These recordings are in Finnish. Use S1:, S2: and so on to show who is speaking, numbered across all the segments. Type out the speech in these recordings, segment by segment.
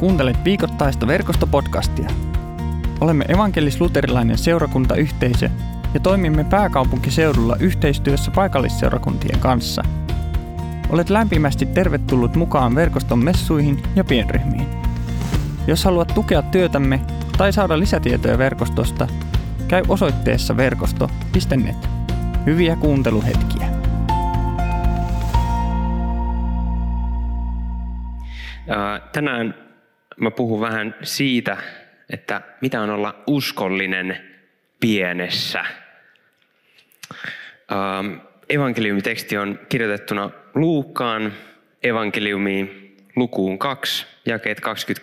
S1: Kuuntelet viikoittaista verkostopodcastia. Olemme evankelis-luterilainen seurakuntayhteisö ja toimimme pääkaupunkiseudulla yhteistyössä paikallisseurakuntien kanssa. Olet lämpimästi tervetullut mukaan verkoston messuihin ja pienryhmiin. Jos haluat tukea työtämme tai saada lisätietoja verkostosta, käy osoitteessa verkosto.net. Hyviä kuunteluhetkiä.
S2: Tänään mä puhun vähän siitä, että mitä on olla uskollinen pienessä. Evankeliumiteksti on kirjoitettuna Luukkaan evankeliumiin lukuun 2, jakeet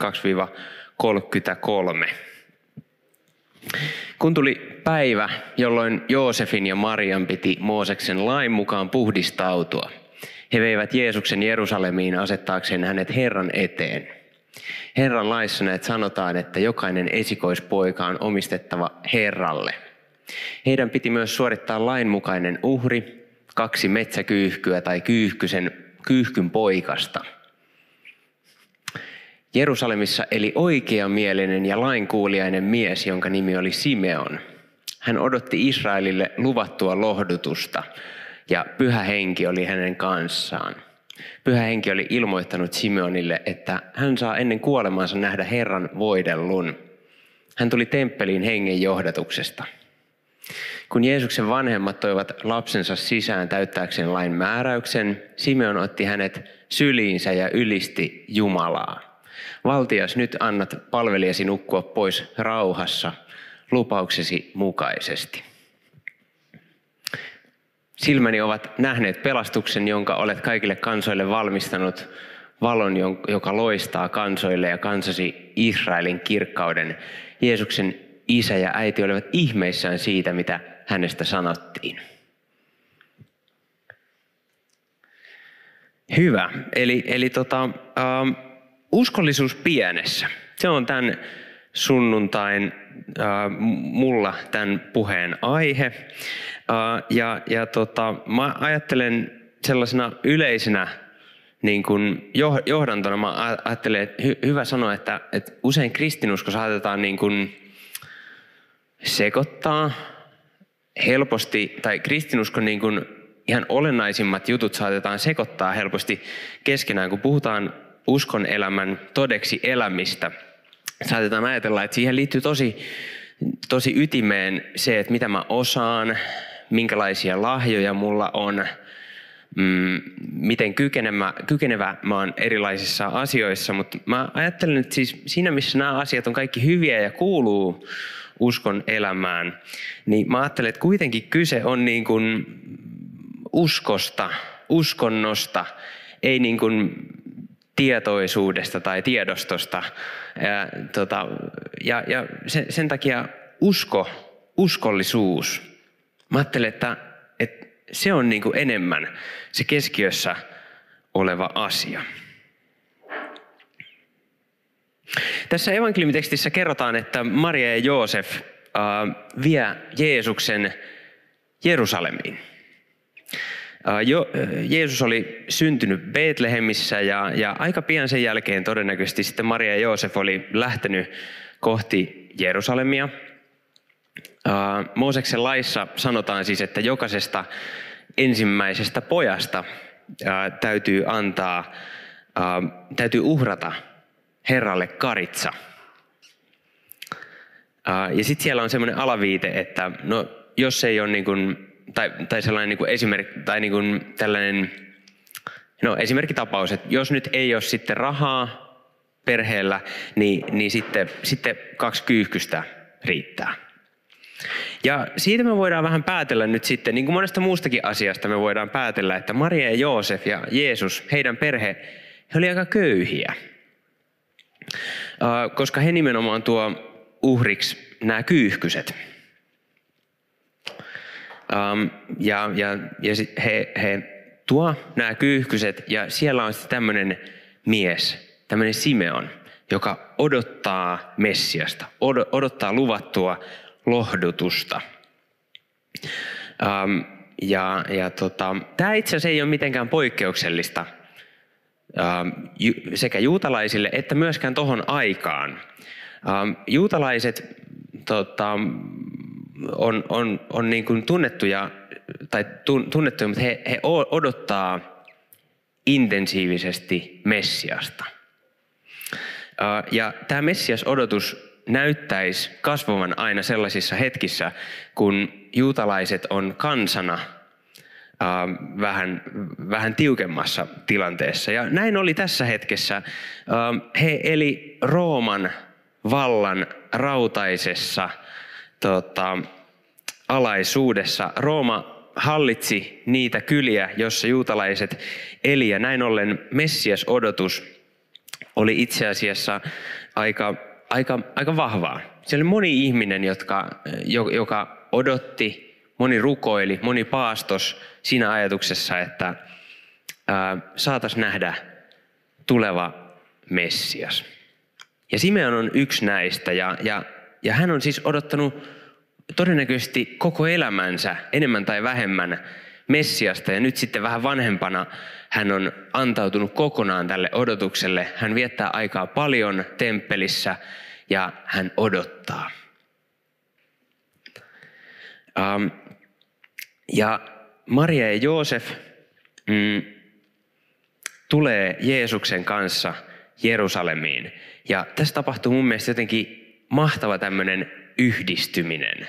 S2: 22-33. Kun tuli päivä, jolloin Joosefin ja Marian piti Mooseksen lain mukaan puhdistautua, he veivät Jeesuksen Jerusalemiin asettaakseen hänet Herran eteen. Herran laissa näet sanotaan, että jokainen esikoispoika on omistettava Herralle. Heidän piti myös suorittaa lainmukainen uhri, 2 metsäkyyhkyä tai kyyhkyn poikasta. Jerusalemissa eli oikeamielinen ja lainkuuliainen mies, jonka nimi oli Simeon. Hän odotti Israelille luvattua lohdutusta ja Pyhä Henki oli hänen kanssaan. Pyhä Henki oli ilmoittanut Simeonille, että hän saa ennen kuolemaansa nähdä Herran voidellun. Hän tuli temppeliin hengen johdatuksesta. Kun Jeesuksen vanhemmat toivat lapsensa sisään täyttääkseen lain määräyksen, Simeon otti hänet syliinsä ja ylisti Jumalaa. Valtias, nyt annat palvelijasi nukkua pois rauhassa lupauksesi mukaisesti. Silmäni ovat nähneet pelastuksen, jonka olet kaikille kansoille valmistanut, valon, joka loistaa kansoille ja kansasi Israelin kirkkauden. Jeesuksen isä ja äiti olivat ihmeissään siitä, mitä hänestä sanottiin. Hyvä. Eli uskollisuus pienessä. Se on tämän sunnuntain mulla tämän puheen aihe. Mä ajattelen sellaisena yleisenä niin kuin johdantona, mä ajattelen, että hyvä sanoa, että usein kristinusko saatetaan niin kuin sekoittaa helposti, tai kristinuskon niin kuin ihan olennaisimmat jutut saatetaan sekoittaa helposti keskenään, kun puhutaan uskon elämän todeksi elämistä. Saatetaan ajatella, että siihen liittyy tosi ytimeen se, että mitä mä osaan, minkälaisia lahjoja mulla on, miten kykenevä mä oon erilaisissa asioissa. Mutta mä ajattelen, että siis siinä missä nämä asiat on kaikki hyviä ja kuuluu uskon elämään, niin mä ajattelen, että kuitenkin kyse on niin kuin uskosta, uskonnosta, ei niin kuin tietoisuudesta tai tiedostosta. Ja sen takia uskollisuus, mä ajattelen, että se on niin kuin enemmän se keskiössä oleva asia. Tässä evankeliumitekstissä kerrotaan, että Maria ja Joosef vie Jeesuksen Jerusalemiin. Jeesus oli syntynyt Betlehemissä ja aika pian sen jälkeen todennäköisesti sitten Maria ja Joosef oli lähtenyt kohti Jerusalemia. Mooseksen laissa sanotaan siis, että jokaisesta ensimmäisestä pojasta täytyy uhrata Herralle karitsa. Ja sitten siellä on semmoinen alaviite, että no, jos ei ole niin kuin tai sellainen niin kuin esimerkki, tai niin kuin tällainen, esimerkkitapaus, että jos nyt ei ole sitten rahaa perheellä, niin sitten 2 kyyhkystä riittää. Ja siitä me voidaan vähän päätellä nyt sitten, niin kuin monesta muustakin asiasta me voidaan päätellä, että Maria ja Joosef ja Jeesus, heidän perhe, he oli aika köyhiä. Koska he nimenomaan tuo uhriksi nämä kyyhkyset. Ja he tuo nämä kyyhkyset ja siellä on sitten tämmöinen mies, tämmöinen Simeon, joka odottaa Messiasta, odottaa luvattua lohdutusta. Tämä itse asiassa ei ole mitenkään poikkeuksellista sekä juutalaisille että myöskään tohon aikaan. Juutalaiset on niin kuin tunnettuja, mutta he odottaa intensiivisesti Messiasta. Ja tämä Messias-odotus näyttäisi kasvavan aina sellaisissa hetkissä, kun juutalaiset on kansana vähän tiukemmassa tilanteessa. Ja näin oli tässä hetkessä. He eli Rooman vallan rautaisessa alaisuudessa. Rooma hallitsi niitä kyliä, jossa juutalaiset eli, ja näin ollen Messias-odotus oli itse asiassa aika vahvaa. Siellä oli moni ihminen, joka odotti, moni rukoili, moni paastos siinä ajatuksessa, että saataisiin nähdä tuleva Messias. Ja Simeon on yksi näistä, ja hän on siis odottanut todennäköisesti koko elämänsä enemmän tai vähemmän Messiasta, ja nyt sitten vähän vanhempana hän on antautunut kokonaan tälle odotukselle. Hän viettää aikaa paljon temppelissä ja hän odottaa. Ja Maria ja Joosef tulee Jeesuksen kanssa Jerusalemiin. Ja tässä tapahtuu mun mielestä jotenkin mahtava tämmöinen yhdistyminen.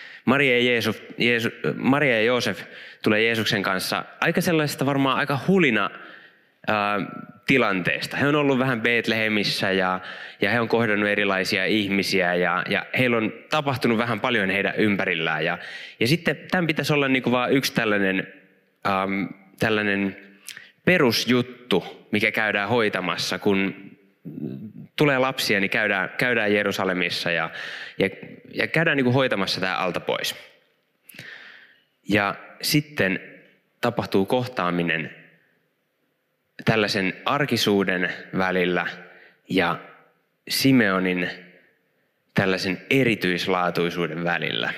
S2: Maria ja Joosef tulee Jeesuksen kanssa aika sellaisesta varmaan aika hulina tilanteesta. He on ollut vähän Betlehemissä ja he on kohdannut erilaisia ihmisiä ja heillä on tapahtunut vähän paljon heidän ympärillään. Ja sitten tämän pitäisi olla niin kuin vaan yksi tällainen perusjuttu, mikä käydään hoitamassa, kun tulee lapsia, niin käydään Jerusalemissa ja käydään niin kuin hoitamassa tämä alta pois. Ja sitten tapahtuu kohtaaminen tällaisen arkisuuden välillä ja Simeonin tällaisen erityislaatuisuuden välillä.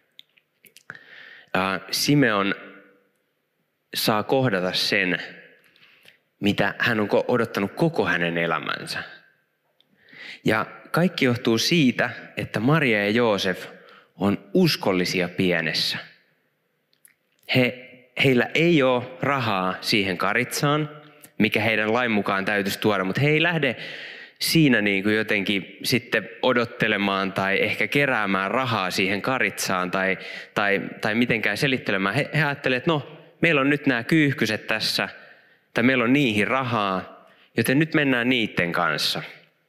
S2: Simeon saa kohdata sen, mitä hän on odottanut koko hänen elämänsä. Ja kaikki johtuu siitä, että Maria ja Joosef on uskollisia pienessä. Heillä ei ole rahaa siihen karitsaan, mikä heidän lain mukaan täytyisi tuoda, mutta he ei lähde siinä niin kuin jotenkin sitten odottelemaan tai ehkä keräämään rahaa siihen karitsaan tai mitenkään selittelemään. He ajattelevat, että no, meillä on nyt nämä kyyhkyset tässä, tai meillä on niihin rahaa, joten nyt mennään niiden kanssa.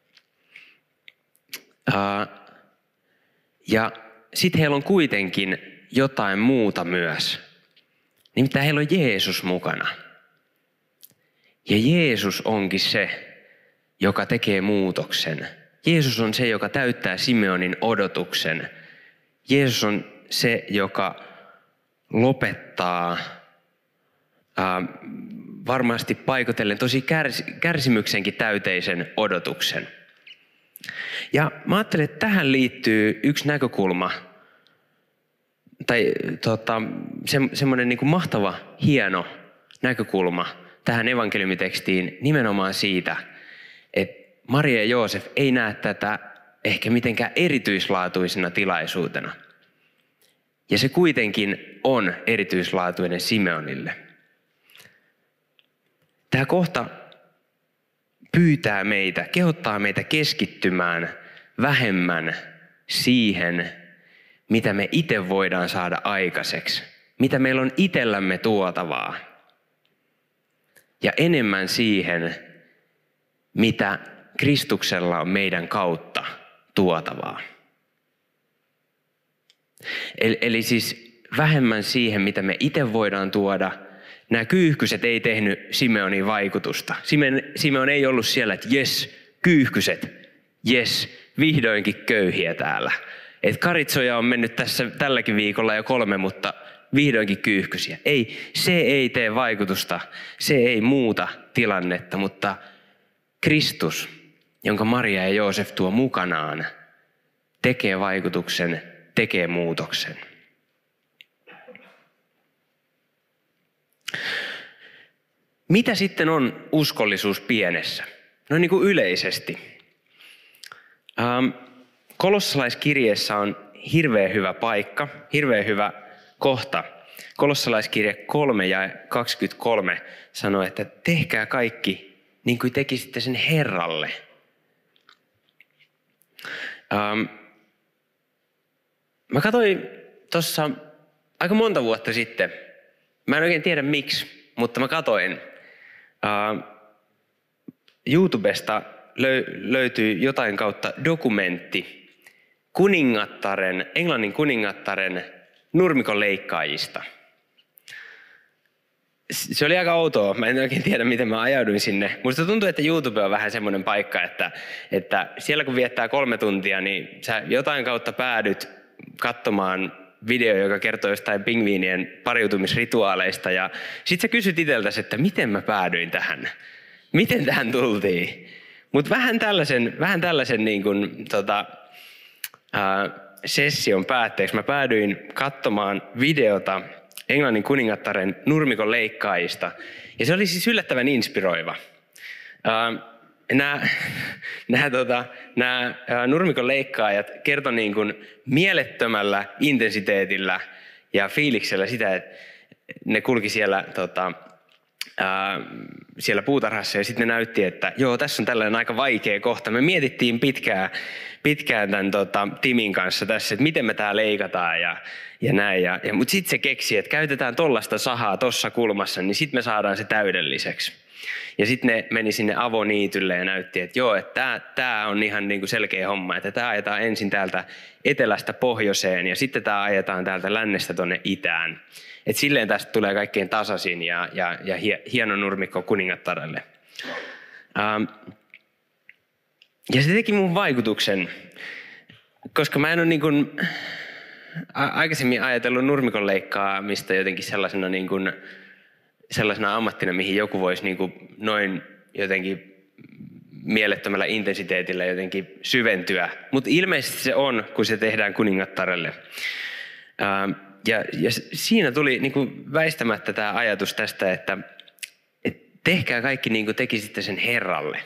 S2: Ja sitten heillä on kuitenkin jotain muuta myös. Nimittäin heillä on Jeesus mukana. Ja Jeesus onkin se, joka tekee muutoksen. Jeesus on se, joka täyttää Simeonin odotuksen. Jeesus on se, joka lopettaa varmasti paikotellen tosi kärsimyksenkin täyteisen odotuksen. Ja mä ajattelen, että tähän liittyy yksi näkökulma, tai semmoinen niin kuin mahtava, hieno näkökulma tähän evankeliumitekstiin nimenomaan siitä, että Maria ja Joosef ei näe tätä ehkä mitenkään erityislaatuisena tilaisuutena. Ja se kuitenkin on erityislaatuinen Simeonille. Tämä kohta pyytää meitä, kehottaa meitä keskittymään vähemmän siihen, mitä me itse voidaan saada aikaiseksi, mitä meillä on itsellämme tuotavaa. Ja enemmän siihen, mitä Kristuksella on meidän kautta tuotavaa. Eli siis vähemmän siihen, mitä me itse voidaan tuoda. Nämä kyyhkyset ei tehnyt Simeonin vaikutusta. Simeon ei ollut siellä, että jes, kyyhkyset, jes, vihdoinkin köyhiä täällä. Et karitsoja on mennyt tässä tälläkin viikolla jo 3, mutta vihdoinkin kyyhkysiä. Ei, se ei tee vaikutusta, se ei muuta tilannetta, mutta Kristus, jonka Maria ja Joosef tuo mukanaan, tekee vaikutuksen, tekee muutoksen. Mitä sitten on uskollisuus pienessä? No niin kuin yleisesti. Kolossalaiskirjeessä on hirveän hyvä paikka, hirveän hyvä kohta. Kolossalaiskirje 3:23 sanoo, että tehkää kaikki niin kuin tekisitte sen Herralle. Mä katsoin tuossa aika monta vuotta sitten, mä en oikein tiedä miksi, mutta mä katsoin. YouTubesta löytyy jotain kautta dokumentti Englannin kuningattaren nurmikon leikkaajista. Se oli aika outoa. Mä en oikein tiedä, miten mä ajauduin sinne. Musta tuntuu, että YouTube on vähän semmoinen paikka, että siellä kun viettää 3 tuntia, niin sä jotain kautta päädyt katsomaan video, joka kertoo jostain pingviinien pariutumisrituaaleista. Ja sit sä kysyt itseltäsi, että miten mä päädyin tähän? Miten tähän tultiin? Mutta vähän tällaisen niin kuin, session päätteeksi mä päädyin katsomaan videota Englannin kuningattaren nurmikon leikkaajista. Ja se oli siis yllättävän inspiroiva. Nämä nurmikon leikkaajat kertoi niin kuin mielettömällä intensiteetillä ja fiiliksellä sitä, että ne kulki siellä siellä puutarhassa ja sitten ne näytti, että joo, tässä on tällainen aika vaikea kohta. Me mietittiin pitkään tämän Timin kanssa tässä, että miten me tää leikataan ja näin. Mutta sitten se keksi, että käytetään tollaista sahaa tuossa kulmassa, niin sitten me saadaan se täydelliseksi. Ja sitten ne meni sinne avoniitylle ja näytti, että joo, että tämä on ihan niinku selkeä homma, että tämä ajetaan ensin täältä etelästä pohjoiseen ja sitten tämä ajetaan täältä lännestä tuonne itään. Että silleen tästä tulee kaikkein tasaisin ja hieno nurmikko kuningattarelle. Ja se teki mun vaikutuksen, koska mä en ole niin kuin aikaisemmin ajatellut nurmikon leikkaamista jotenkin sellaisena ammattina, mihin joku voisi niin kuin noin jotenkin mielettömällä intensiteetillä jotenkin syventyä. Mutta ilmeisesti se on, kun se tehdään kuningattarelle. Ja siinä tuli niin kuin väistämättä tämä ajatus tästä, että tehkää kaikki niin kuin tekisitte sen Herralle.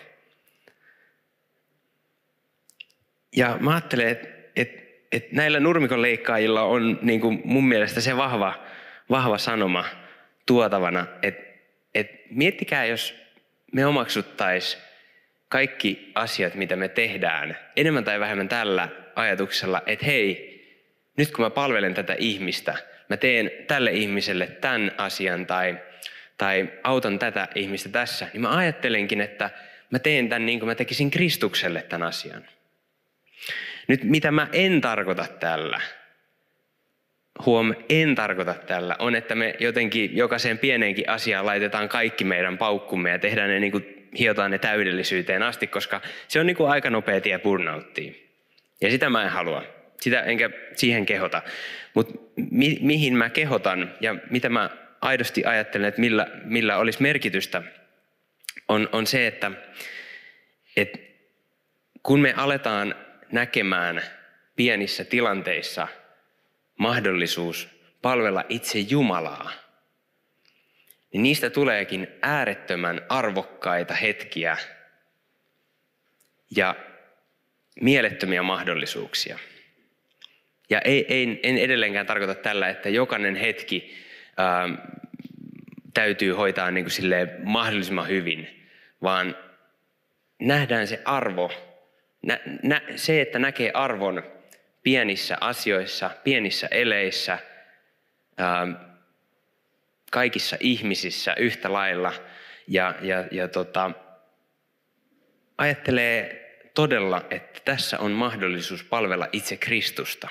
S2: Ja mä ajattelen, että näillä nurmikon leikkaajilla on niin kuin mun mielestä se vahva sanoma tuotavana, että miettikää, jos me omaksuttaisiin kaikki asiat, mitä me tehdään, enemmän tai vähemmän tällä ajatuksella, että hei, nyt kun mä palvelen tätä ihmistä, mä teen tälle ihmiselle tämän asian tai autan tätä ihmistä tässä, niin mä ajattelenkin, että mä teen tämän niin kuin mä tekisin Kristukselle tämän asian. Nyt mitä mä en tarkoita tällä, en tarkoita tällä, on, että me jotenkin jokaiseen pieneenkin asiaan laitetaan kaikki meidän paukkumme ja tehdään ne niin kuin hiotaan ne täydellisyyteen asti, koska se on niin kuin aika nopea tie burnouttiin. Ja sitä mä en halua. Sitä enkä siihen kehota. Mutta mihin mä kehotan ja mitä mä aidosti ajattelen, että millä olisi merkitystä, on se, että kun me aletaan näkemään pienissä tilanteissa mahdollisuus palvella itse Jumalaa, niin niistä tuleekin äärettömän arvokkaita hetkiä ja mielettömiä mahdollisuuksia. Ja en edelleenkään tarkoita tällä, että jokainen hetki täytyy hoitaa niin kuin silleen mahdollisimman hyvin, vaan nähdään se arvo, se, että näkee arvon pienissä asioissa, pienissä eleissä, kaikissa ihmisissä yhtä lailla ja ajattelee todella, että tässä on mahdollisuus palvella itse Kristusta.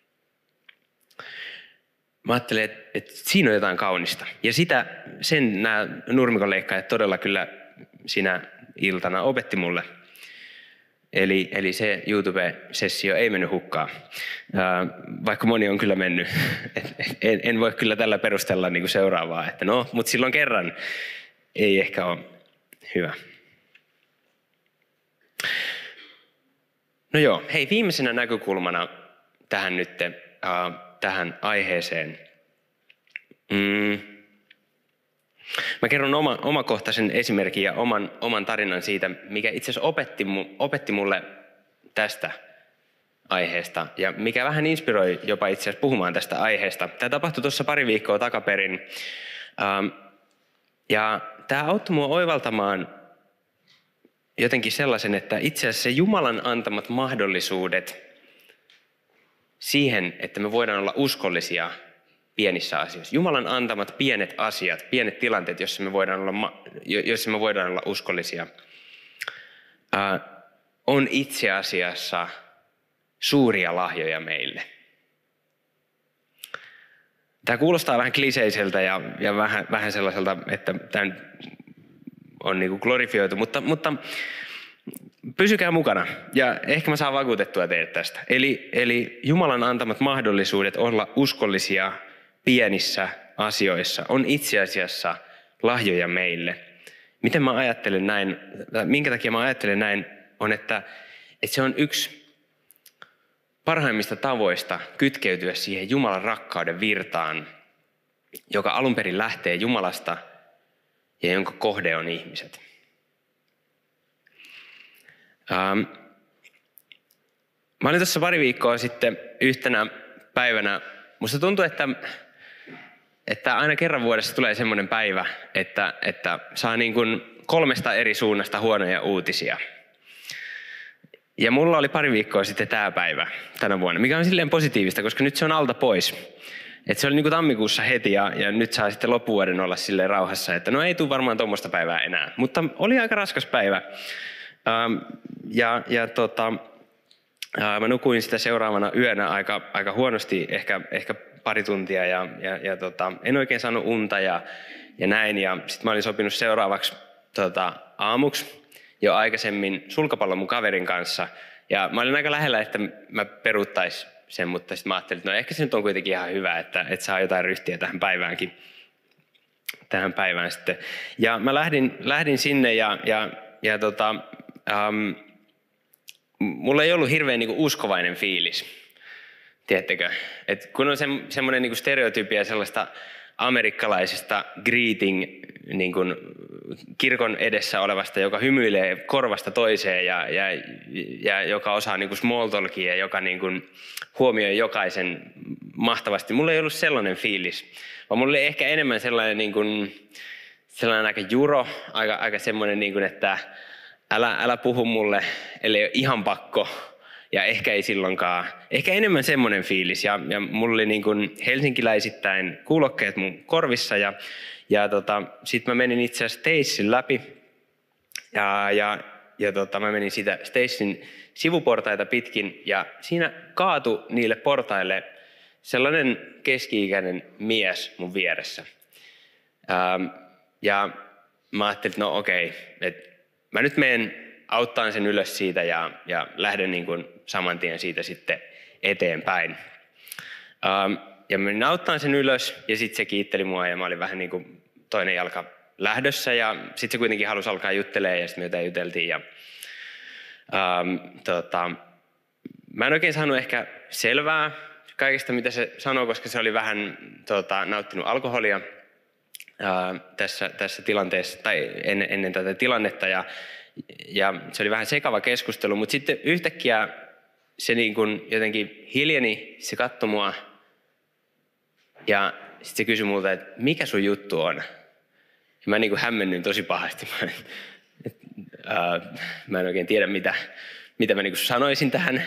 S2: Mä ajattelen, että siinä on jotain kaunista. Ja sen nämä nurmikonleikkaajat todella kyllä sinä iltana opetti mulle. Eli se YouTube-sessio ei mennyt hukkaan, vaikka moni on kyllä mennyt. En voi kyllä tällä perustella niin kuin seuraavaa, että no, mutta silloin kerran ei ehkä ole hyvä. No joo, hei, viimeisenä näkökulmana tähän nyt, tähän aiheeseen. Mä kerron omakohtaisen esimerkin ja oman tarinan siitä, mikä itse asiassa opetti mulle tästä aiheesta ja mikä vähän inspiroi jopa itse asiassa puhumaan tästä aiheesta. Tämä tapahtui tuossa pari viikkoa takaperin ja tämä auttoi mua oivaltamaan jotenkin sellaisen, että itse asiassa Jumalan antamat mahdollisuudet siihen, että me voidaan olla uskollisia pienissä asioissa. Jumalan antamat pienet asiat, pienet tilanteet, joissa me voidaan olla uskollisia, on itse asiassa suuria lahjoja meille. Tämä kuulostaa vähän kliseiseltä ja vähän sellaiselta, että tämä on niin kuin glorifioitu, mutta pysykää mukana ja ehkä mä saan vakuutettua teidät tästä. Eli Jumalan antamat mahdollisuudet olla uskollisia pienissä asioissa on itse asiassa lahjoja meille. Miten mä ajattelen näin, minkä takia mä ajattelen näin, on, että se on yksi parhaimmista tavoista kytkeytyä siihen Jumalan rakkauden virtaan, joka alun perin lähtee Jumalasta ja jonka kohde on ihmiset. Mä olin tuossa pari viikkoa sitten yhtenä päivänä. Musta tuntuu, että aina kerran vuodessa tulee semmoinen päivä, että saa niin kuin 3 eri suunnasta huonoja uutisia. Ja mulla oli pari viikkoa sitten tämä päivä tänä vuonna, mikä on silleen positiivista, koska nyt se on alta pois. Että se oli niin kuin tammikuussa heti ja nyt saa sitten loppuvuoden olla silleen rauhassa, että no ei tule varmaan tuommoista päivää enää. Mutta oli aika raskas päivä. Mä nukuin sitä seuraavana yönä aika huonosti, ehkä pari tuntia ja en oikein saanut unta ja näin. Ja sitten mä olin sopinut seuraavaksi aamuksi jo aikaisemmin sulkapallon mun kaverin kanssa. Ja mä olin aika lähellä, että mä peruuttaisin sen, mutta sitten mä ajattelin, että no ehkä se nyt on kuitenkin ihan hyvä, että saa jotain ryhtiä tähän päivään sitten. Ja mä lähdin sinne mulla ei ollut hirveän niinku uskovainen fiilis, tiedättekö? Et kun on semmoinen niinku stereotypia sellaista amerikkalaisesta greeting niin kuin kirkon edessä olevasta, joka hymyilee korvasta toiseen ja joka osaa niin kuin small talkia ja joka niin kuin huomioi jokaisen mahtavasti. Mulla ei ollut sellainen fiilis, vaan mulla oli ehkä enemmän sellainen, niin kuin, sellainen aika juro, aika semmoinen, niin kuin, että älä puhu mulle, ellei ole ihan pakko. Ja ehkä ei silloinkaan. Ehkä enemmän semmoinen fiilis. Ja mulla oli niin kuin helsinkiläisittäin kuulokkeet mun korvissa. Ja sitten mä menin itse asiassa Stacyn läpi. Mä menin siitä Stacyn sivuportaita pitkin. Ja siinä kaatui niille portaille sellainen keski-ikäinen mies mun vieressä. Ja mä ajattelin, että no okei, että mä nyt menen auttaan sen ylös siitä ja lähden niin kuin saman tien siitä sitten eteenpäin. Ja mä auttaan sen ylös ja sitten se kiitteli mua ja mä olin vähän niin kuin toinen jalka lähdössä ja sitten se kuitenkin halusi alkaa juttelemaan ja sitten me jotain juteltiin. Mä en oikein saanut ehkä selvää kaikesta mitä se sanoi, koska se oli vähän nauttinut alkoholia tässä tilanteessa tai ennen tätä tilannetta ja se oli vähän sekava keskustelu, mutta sitten yhtäkkiä se niin kuin jotenkin hiljeni, se katsoi mua ja sitten se kysyi multa, että mikä sun juttu on? Ja mä niin kuin hämmennyin tosi pahasti. Mä en oikein tiedä, mitä mä niin kuin sanoisin tähän,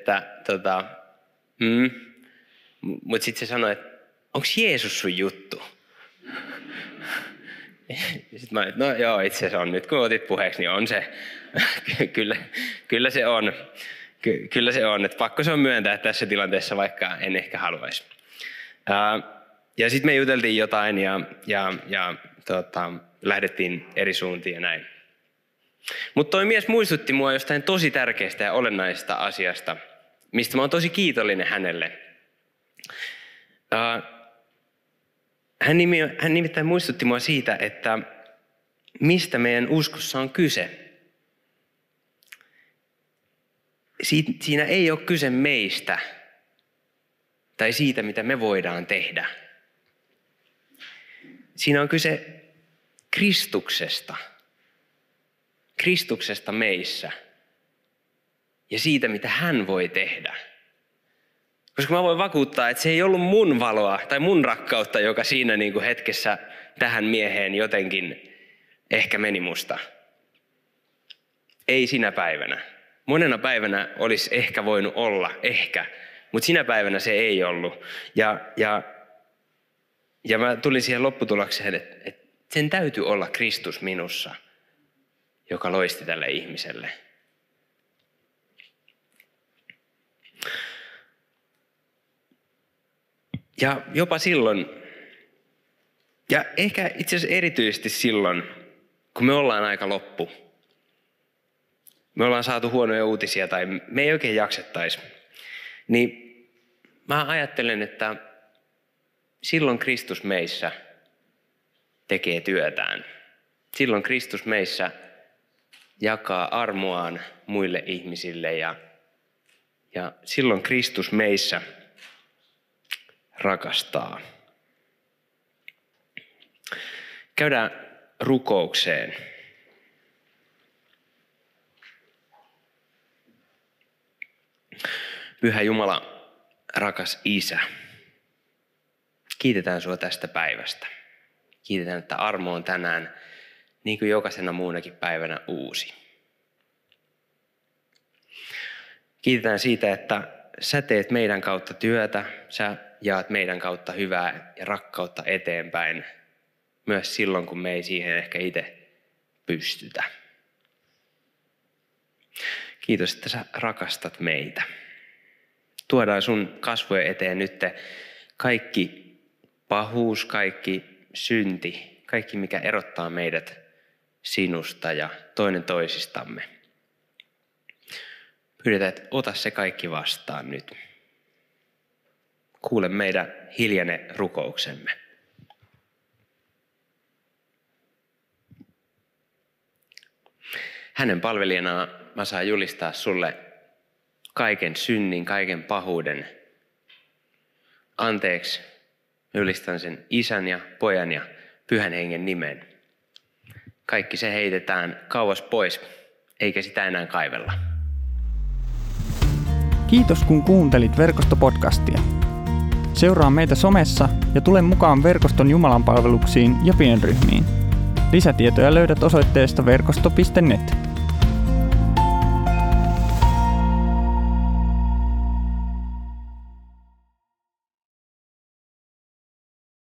S2: mutta sitten se sanoi, että onko Jeesus sun juttu? Sitten mä olin, että no joo, itse asiassa on. Nyt kun otit puheeksi, niin on se. Kyllä se on. Kyllä se on. Että pakko se on myöntää tässä tilanteessa, vaikka en ehkä haluaisi. Ja sitten me juteltiin jotain ja lähdettiin eri suuntiin ja näin. Mutta toi mies muistutti mua jostain tosi tärkeästä ja olennaisesta asiasta, mistä mä oon tosi kiitollinen hänelle. Hän nimittäin muistutti mua siitä, että mistä meidän uskossa on kyse. Siinä ei ole kyse meistä tai siitä, mitä me voidaan tehdä. Siinä on kyse Kristuksesta meissä ja siitä, mitä hän voi tehdä. Koska mä voin vakuuttaa, että se ei ollut mun valoa tai mun rakkautta, joka siinä niin kuin hetkessä tähän mieheen jotenkin ehkä meni musta. Ei sinä päivänä. Monena päivänä olisi ehkä voinut olla, mutta sinä päivänä se ei ollut. Ja mä tulin siihen lopputulokseen, että sen täytyy olla Kristus minussa, joka loisti tälle ihmiselle. Ja jopa silloin, ja ehkä itse asiassa erityisesti silloin, kun me ollaan aika loppu. Me ollaan saatu huonoja uutisia tai me ei oikein jaksettaisi. Niin mä ajattelen, että silloin Kristus meissä tekee työtään. Silloin Kristus meissä jakaa armoaan muille ihmisille ja silloin Kristus meissä rakastaa. Käydään rukoukseen. Pyhä Jumala, rakas Isä, kiitetään sinua tästä päivästä. Kiitetään, että armo on tänään niin kuin jokaisena muunakin päivänä uusi. Kiitetään siitä, että sä teet meidän kautta työtä, sä jaat meidän kautta hyvää ja rakkautta eteenpäin, myös silloin, kun me ei siihen ehkä itse pystytä. Kiitos, että sä rakastat meitä. Tuodaan sun kasvojen eteen nyt kaikki pahuus, kaikki synti, kaikki mikä erottaa meidät sinusta ja toinen toisistamme. Pyydetään, että ota se kaikki vastaan nyt. Kuule meidän hiljainen rukouksemme. Hänen palvelijana mä saan julistaa sulle kaiken synnin, kaiken pahuuden. Anteeksi, julistan sen Isän ja Pojan ja Pyhän Hengen nimen. Kaikki se heitetään kauas pois, eikä sitä enää kaivella.
S1: Kiitos kun kuuntelit Verkosto-podcastia. Seuraa meitä somessa ja tule mukaan verkoston jumalanpalveluksiin ja pienryhmiin. Lisätietoja löydät osoitteesta verkosto.net.